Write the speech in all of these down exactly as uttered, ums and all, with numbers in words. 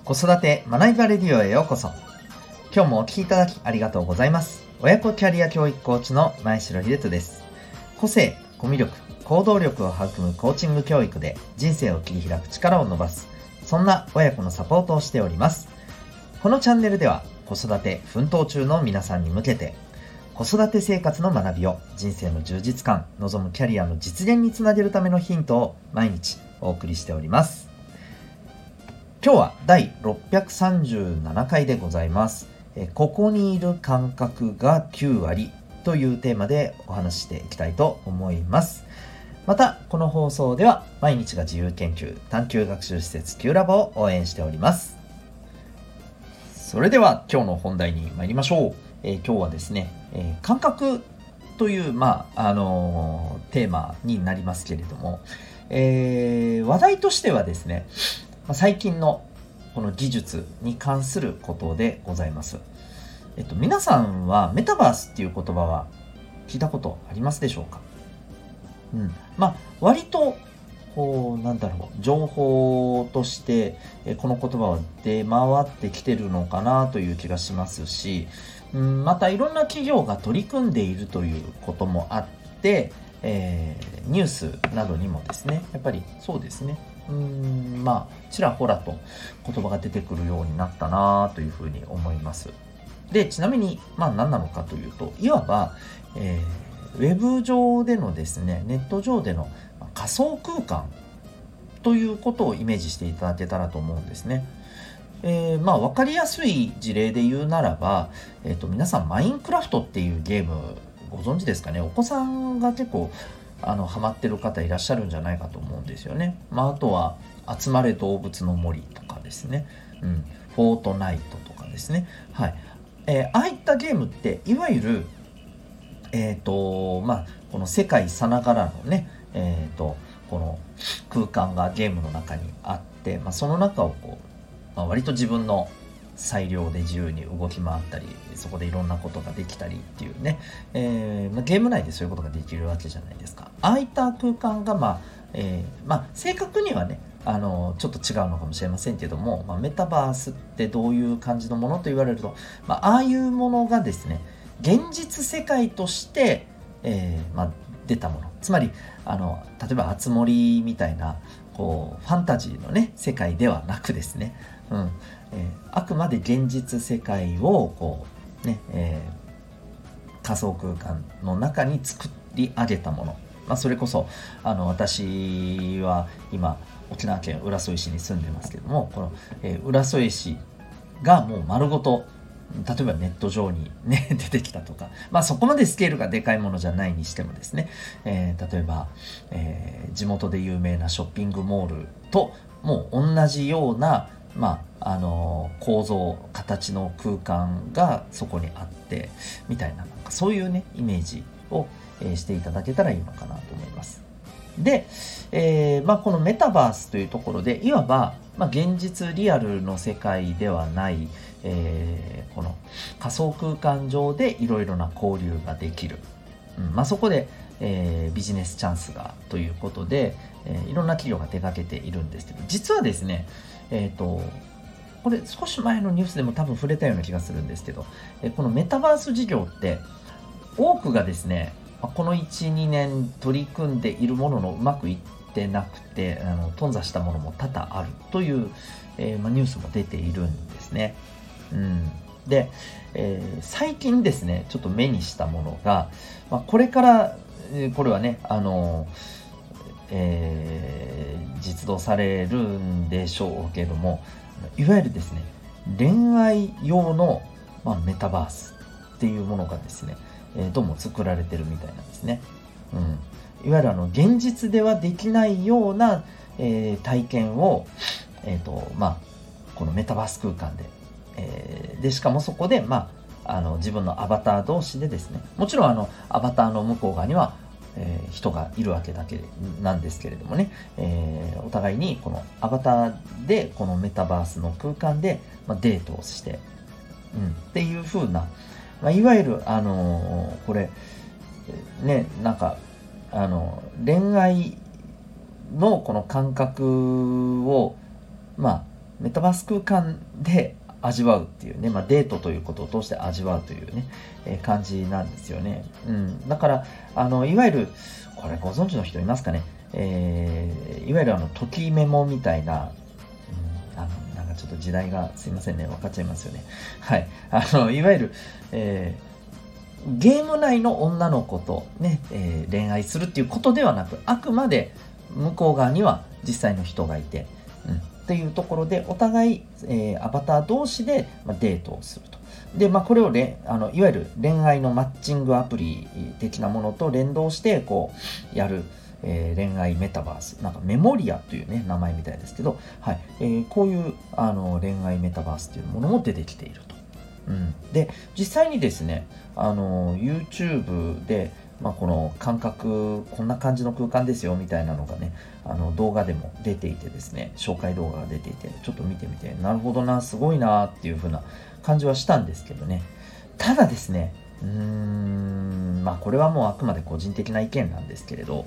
子育て学びバレディオへようこそ。今日もお聞きいただきありがとうございます。親子キャリア教育コーチの前城秀人です。個性、コミュ力、行動力を育むコーチング教育で人生を切り開く力を伸ばす、そんな親子のサポートをしております。このチャンネルでは子育て奮闘中の皆さんに向けて、子育て生活の学びを人生の充実感、望むキャリアの実現につなげるためのヒントを毎日お送りしております。今日はだいろっぴゃくさんじゅうななかいでございます。えここにいる感覚がきゅうわりというテーマでお話ししていきたいと思います。またこの放送では毎日が自由研究探究学習施設 Q ラボを応援しております。それでは今日の本題に参りましょう。えー、今日はですね、えー、感覚という、まああのー、テーマになりますけれども、えー、話題としてはですね、最近のこの技術に関することでございます。えっと、皆さんはメタバースっていう言葉は聞いたことありますでしょうか？うん、まあ割とこうなんだろう情報としてこの言葉は出回ってきてるのかなという気がしますし、うん、またいろんな企業が取り組んでいるということもあって、えー、ニュースなどにもですねやっぱりそうですねうーんまあちらほらと言葉が出てくるようになったなというふうに思います。でちなみにまあ何なのかというと、いわば、えー、ウェブ上でのですねネット上での仮想空間ということをイメージしていただけたらと思うんですね。えー、まあ分かりやすい事例で言うならば、えーと、皆さんマインクラフトっていうゲームご存知ですかね。お子さんが結構あのハマってる方いらっしゃるんじゃないかと思うんですよね。まああとは集まれ動物の森とかですね、うん、フォートナイトとかですね。はい、えー、ああいったゲームっていわゆるえっ、ー、とまあこの世界さながらのね、えっ、ー、とこの空間がゲームの中にあって、まあ、その中をこう、まあ、割と自分の裁量で自由に動き回ったり、そこでいろんなことができたりっていうね、えーまあ、ゲーム内でそういうことができるわけじゃないですか。ああいった空間が、まあえーまあ、正確にはねあのちょっと違うのかもしれませんけども、まあ、メタバースってどういう感じのものと言われると、まあ、ああいうものがですね現実世界として、えーまあ、出たもの、つまりあの例えばあつ森みたいなこうファンタジーのね世界ではなくですね、うんえー、あくまで現実世界をこうね、えー、仮想空間の中に作り上げたもの、まあ、それこそあの私は今沖縄県浦添市に住んでますけども、この、えー、浦添市がもう丸ごと例えばネット上にね出てきたとか、まあそこまでスケールがでかいものじゃないにしてもですね、えー、例えば、えー、地元で有名なショッピングモールともう同じような、まああのー、構造形の空間がそこにあってみたいな、なんかそういうねイメージを、えー、していただけたらいいのかなと思います。で、えーまあ、このメタバースというところでいわば、まあ、現実リアルの世界ではない、えー、この仮想空間上でいろいろな交流ができる、うんまあ、そこで、えー、ビジネスチャンスがということで、えー、いろんな企業が手掛けているんですけど、実はですね、えーと、これ少し前のニュースでも多分触れたような気がするんですけど、えー、このメタバース事業って多くがですねこのいち、にねん取り組んでいるもののうまくいってなくて、あの頓挫したものも多々あるという、えーまあ、ニュースも出ているんですね。うん、で、えー、最近ですねちょっと目にしたものが、まあ、これから、えー、これはねあの、えー、実動されるんでしょうけども、いわゆるですね恋愛用の、まあ、メタバースっていうものがですねえー、どうも作られてるみたいなんですね。うん、いわゆるあの現実ではできないような、えー、体験を、えーとまあ、このメタバース空間で、えー、でしかもそこで、まあ、あの自分のアバター同士でですね、もちろんあのアバターの向こう側には、えー、人がいるわけだけなんですけれどもね、えー、お互いにこのアバターでこのメタバースの空間で、まあ、デートをして、うん、っていう風なまあ、いわゆるあのー、これねなんかあの恋愛のこの感覚をまあメタバース空間で味わうっていうね、まあ、デートということを通して味わうというね、えー感じなんですよね。うん、だからあのいわゆるこれご存知の人いますかね、えーいわゆるあのときメモみたいな、うん、あのなんかちょっと時代がすいませんね、分かっちゃいますよね。はい、あのいわゆる、えーゲーム内の女の子とね、えー恋愛するっていうことではなく、あくまで向こう側には実際の人がいて、うん、っていうところでお互い、えーアバター同士で、まあ、デートをすると。で、まあ、これをれあのいわゆる恋愛のマッチングアプリ的なものと連動してこうやる、えー恋愛メタバース、なんかメモリアというね名前みたいですけど、はいえーこういうあの恋愛メタバースというものも出てきていると。うん、で実際にですね、あの YouTube で、まあ、この感覚こんな感じの空間ですよみたいなのがね、あの動画でも出ていてですね、紹介動画が出ていて、ちょっと見てみて、なるほどな、すごいなっていう風な感じはしたんですけどね。ただですね、うーんまあこれはもうあくまで個人的な意見なんですけれど、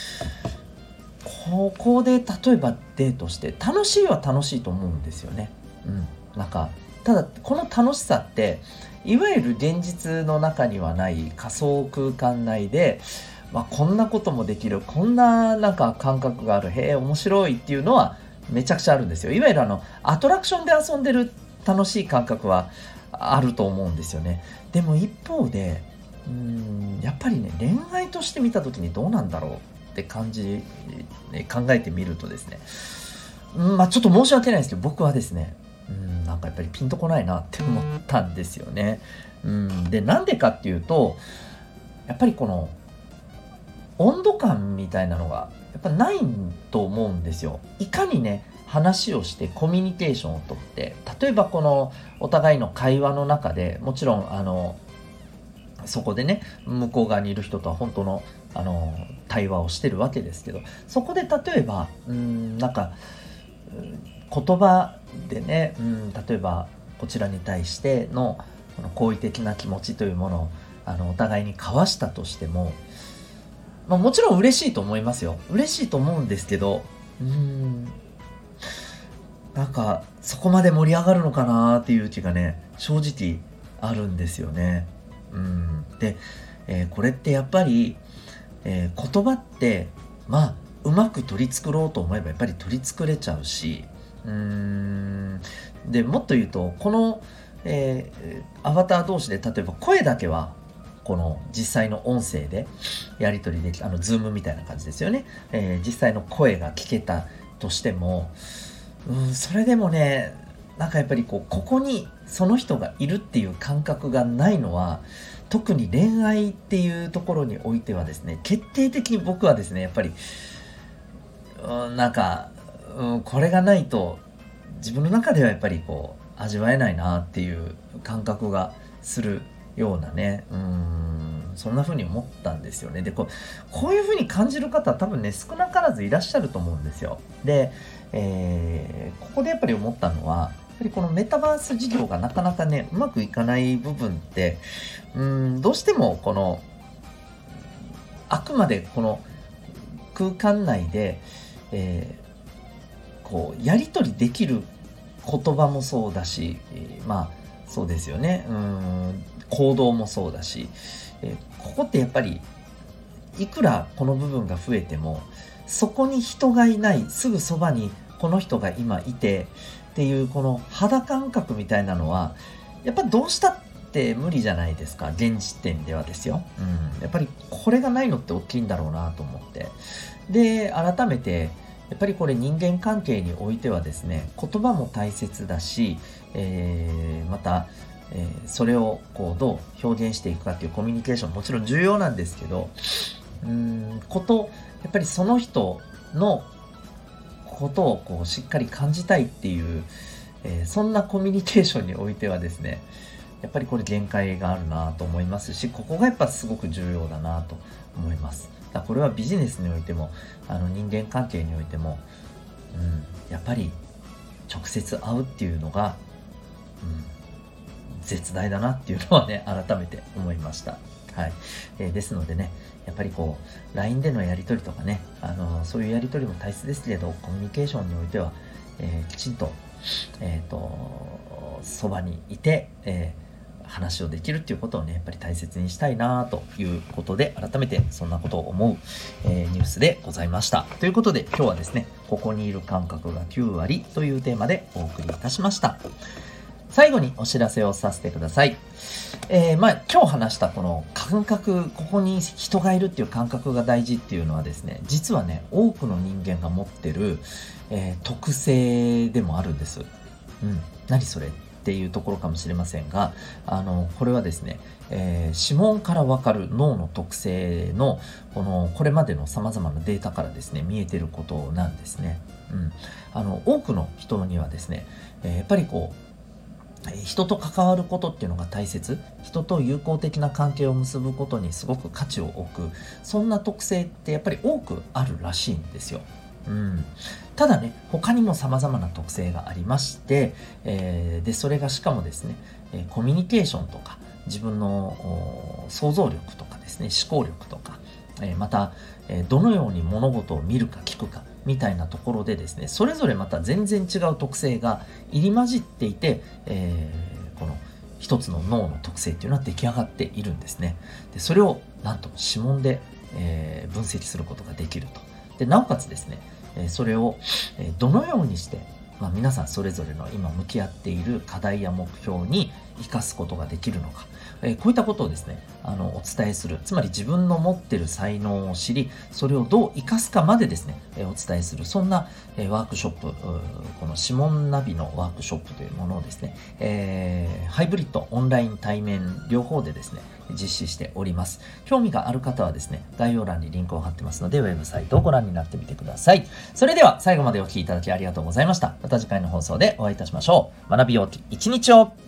ここで例えばデートして楽しいは楽しいと思うんですよね。うん、なんかただこの楽しさっていわゆる現実の中にはない仮想空間内で、まあ、こんなこともできる、こんななんか感覚がある、へえ面白いっていうのはめちゃくちゃあるんですよ。いわゆるあのアトラクションで遊んでる楽しい感覚はあると思うんですよね。でも一方でうーんやっぱりね、恋愛として見た時にどうなんだろうって感じ、ね、考えてみるとですね、うんまあちょっと申し訳ないですけど、僕はですね、うんなんかやっぱりピンとこないなって思ったんですよね。うんでなんでかっていうと、やっぱりこの温度感みたいなのがやっぱないと思うんですよ。いかにね話をしてコミュニケーションをとって、例えばこのお互いの会話の中でもちろんあのそこでね向こう側にいる人とは本当のあの対話をしてるわけですけど、そこで例えばうーんなんかうん言葉でね、うん、例えばこちらに対してのこの好意的な気持ちというものをあのお互いに交わしたとしても、まあ、もちろん嬉しいと思いますよ。嬉しいと思うんですけど、うーんなんかそこまで盛り上がるのかなっていう気がね正直あるんですよね。うんで、えーこれってやっぱり、えー言葉ってまあうまく取り繕ろうと思えばやっぱり取り繕れちゃうし、うーんでもっと言うとこの、えーアバター同士で例えば声だけはこの実際の音声でやり取りでき、あのズームみたいな感じですよね、えー実際の声が聞けたとしても、うんそれでもねなんかやっぱりこうここにその人がいるっていう感覚がないのは、特に恋愛っていうところにおいてはですね、決定的に僕はですねやっぱりうん、なんか、うん、これがないと自分の中ではやっぱりこう味わえないなっていう感覚がするようなね、うんそんな風に思ったんですよね。でこうこういう風に感じる方は多分ね少なからずいらっしゃると思うんですよ。で、えーここでやっぱり思ったのは、やっぱりこのメタバース事業がなかなかねうまくいかない部分って、うんどうしてもこのあくまでこの空間内で、えーこうやり取りできる言葉もそうだし、えーまあそうですよね、うん行動もそうだし、えーここってやっぱりいくらこの部分が増えてもそこに人がいない、すぐそばにこの人が今いてっていうこの肌感覚みたいなのはやっぱどうしたって無理じゃないですか、現時点ではですよ、うん、やっぱりこれがないのって大きいんだろうなと思って、で改めてやっぱりこれ人間関係においてはですね、言葉も大切だし、えーまた、えーそれをこうどう表現していくかっていうコミュニケーションもちろん重要なんですけど、うーんことやっぱりその人のことをこうしっかり感じたいっていう、えーそんなコミュニケーションにおいてはですね、やっぱりこれ限界があるなと思いますし、ここがやっぱすごく重要だなと思います。だからこれはビジネスにおいてもあの人間関係においても、うん、やっぱり直接会うっていうのが、うん、絶大だなっていうのはね改めて思いました。はい、えーですのでね、やっぱりこう ライン でのやり取りとかね、あのそういうやり取りも大切ですけれど、コミュニケーションにおいてはえー、きちんと、えっと、そばにいて、えー話をできるっていうことをね、やっぱり大切にしたいなということで、改めてそんなことを思う、えー、ニュースでございました。ということで、今日はですね、ここにいる感覚がきゅうわりというテーマでお送りいたしました。最後にお知らせをさせてください。えー、まあ、今日話したこの感覚、ここに人がいるっていう感覚が大事っていうのはですね、実はね、多くの人間が持ってる、えー、特性でもあるんです。うん。何それっていうところかもしれませんが、あの、これはですね、えー、指紋からわかる脳の特性の、この、これまでの様々なデータからですね、見えてることなんですね。うん。あの、多くの人にはですね、えー、やっぱりこう、人と関わることっていうのが大切、人と友好的な関係を結ぶことにすごく価値を置く、そんな特性ってやっぱり多くあるらしいんですよ。うん、ただね、他にも様々な特性がありまして、えー、でそれがしかもですね、えー、コミュニケーションとか自分の想像力とかですね、思考力とか、えー、また、えー、どのように物事を見るか聞くかみたいなところでですね、それぞれまた全然違う特性が入り混じっていて、えー、この一つの脳の特性っていうのは出来上がっているんですね。でそれをなんと指紋で、えー、分析することができると。でなおかつですね、それをどのようにして、まあ、皆さんそれぞれの今向き合っている課題や目標に生かすことができるのか、えー、こういったことをですね、あのお伝えする、つまり自分の持ってる才能を知り、それをどう生かすかまでですね、えー、お伝えする、そんな、えー、ワークショップ、この指紋ナビのワークショップというものをですね、えー、ハイブリッド、オンライン、対面両方でですね、実施しております。興味がある方はですね、概要欄にリンクを貼ってますので、ウェブサイトをご覧になってみてください。それでは最後までお聞きいただきありがとうございました。また次回の放送でお会いいたしましょう。学びよう一日を。